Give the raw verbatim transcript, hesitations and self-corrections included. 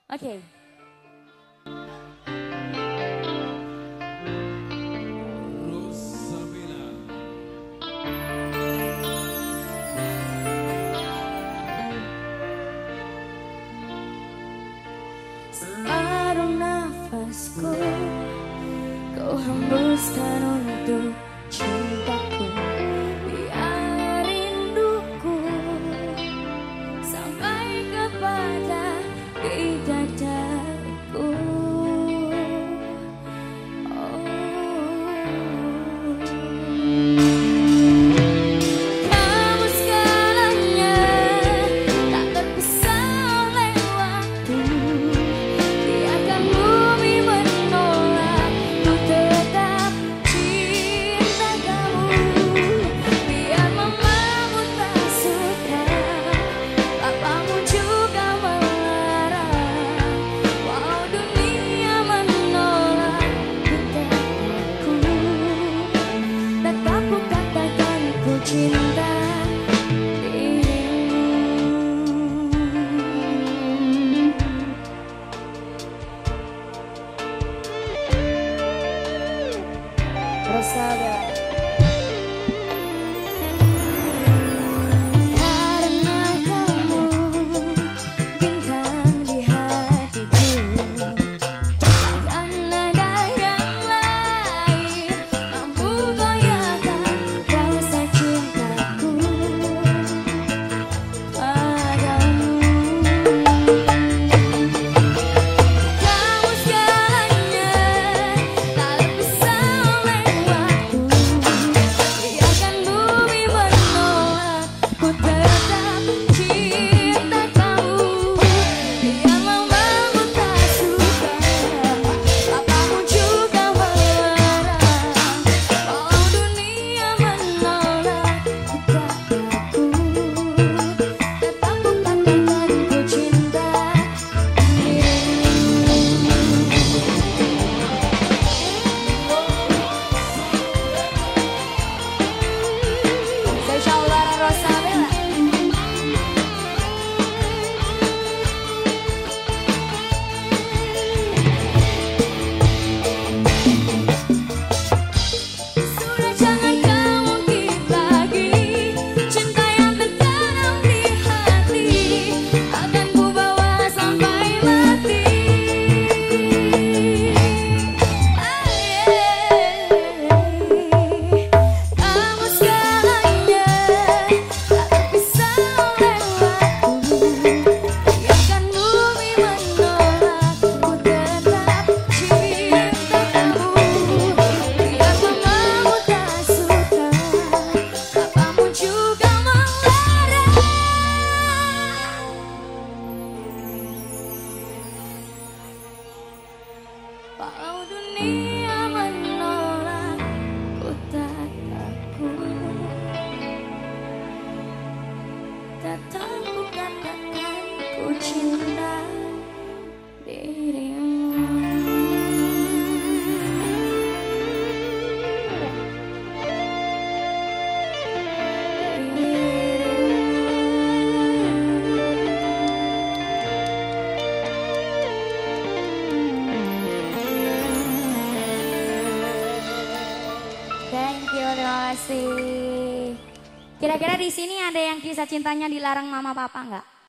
Oke. Separuh nafasku kau hembuskan untuk cintaku. Biar rinduku sampai kepada bidadariku. Kamu segalanya, tak terpisah oleh waktu. Biarkan bumi menolak, ku tetap cinta kamu. Biar mamamu tak suka, papamu juga melarang. Walau dunia menolak, ku tetapku. Tetap ku katakan ku cinta dirimu. Rosa Bella. Karena kamu bintang di hatiku, takkan ada yang lain mampu goyahkan rasa cintaku padamu. Kamu segalanya, tak terpisah oleh waktu. Biarkan bumi menolak, ku tetap cinta kamu. Biar mamamu tak suka, papamu juga melarang. Walau dunia menolak, ku kataku. Tetap ku katakan ku cinta dirimu. Spesial bareng Rosa Bella. Sudah jangan kau ungkit lagi cinta yang tertanam di hati, akan ku bawa sampai mati. Kamu segalanya, tak terpisah oleh waktu. Biarkan bumi menolak, ku tetap cinta kamu. Biar mamamu tak suka, papamu juga melarang. Walau dunia menolak, ku tetapku. Tetap ku katakan ku cinta dirimu. Thank you, terima kasih. Kira-kira di sini ada yang kisah cintanya dilarang mama papa nggak?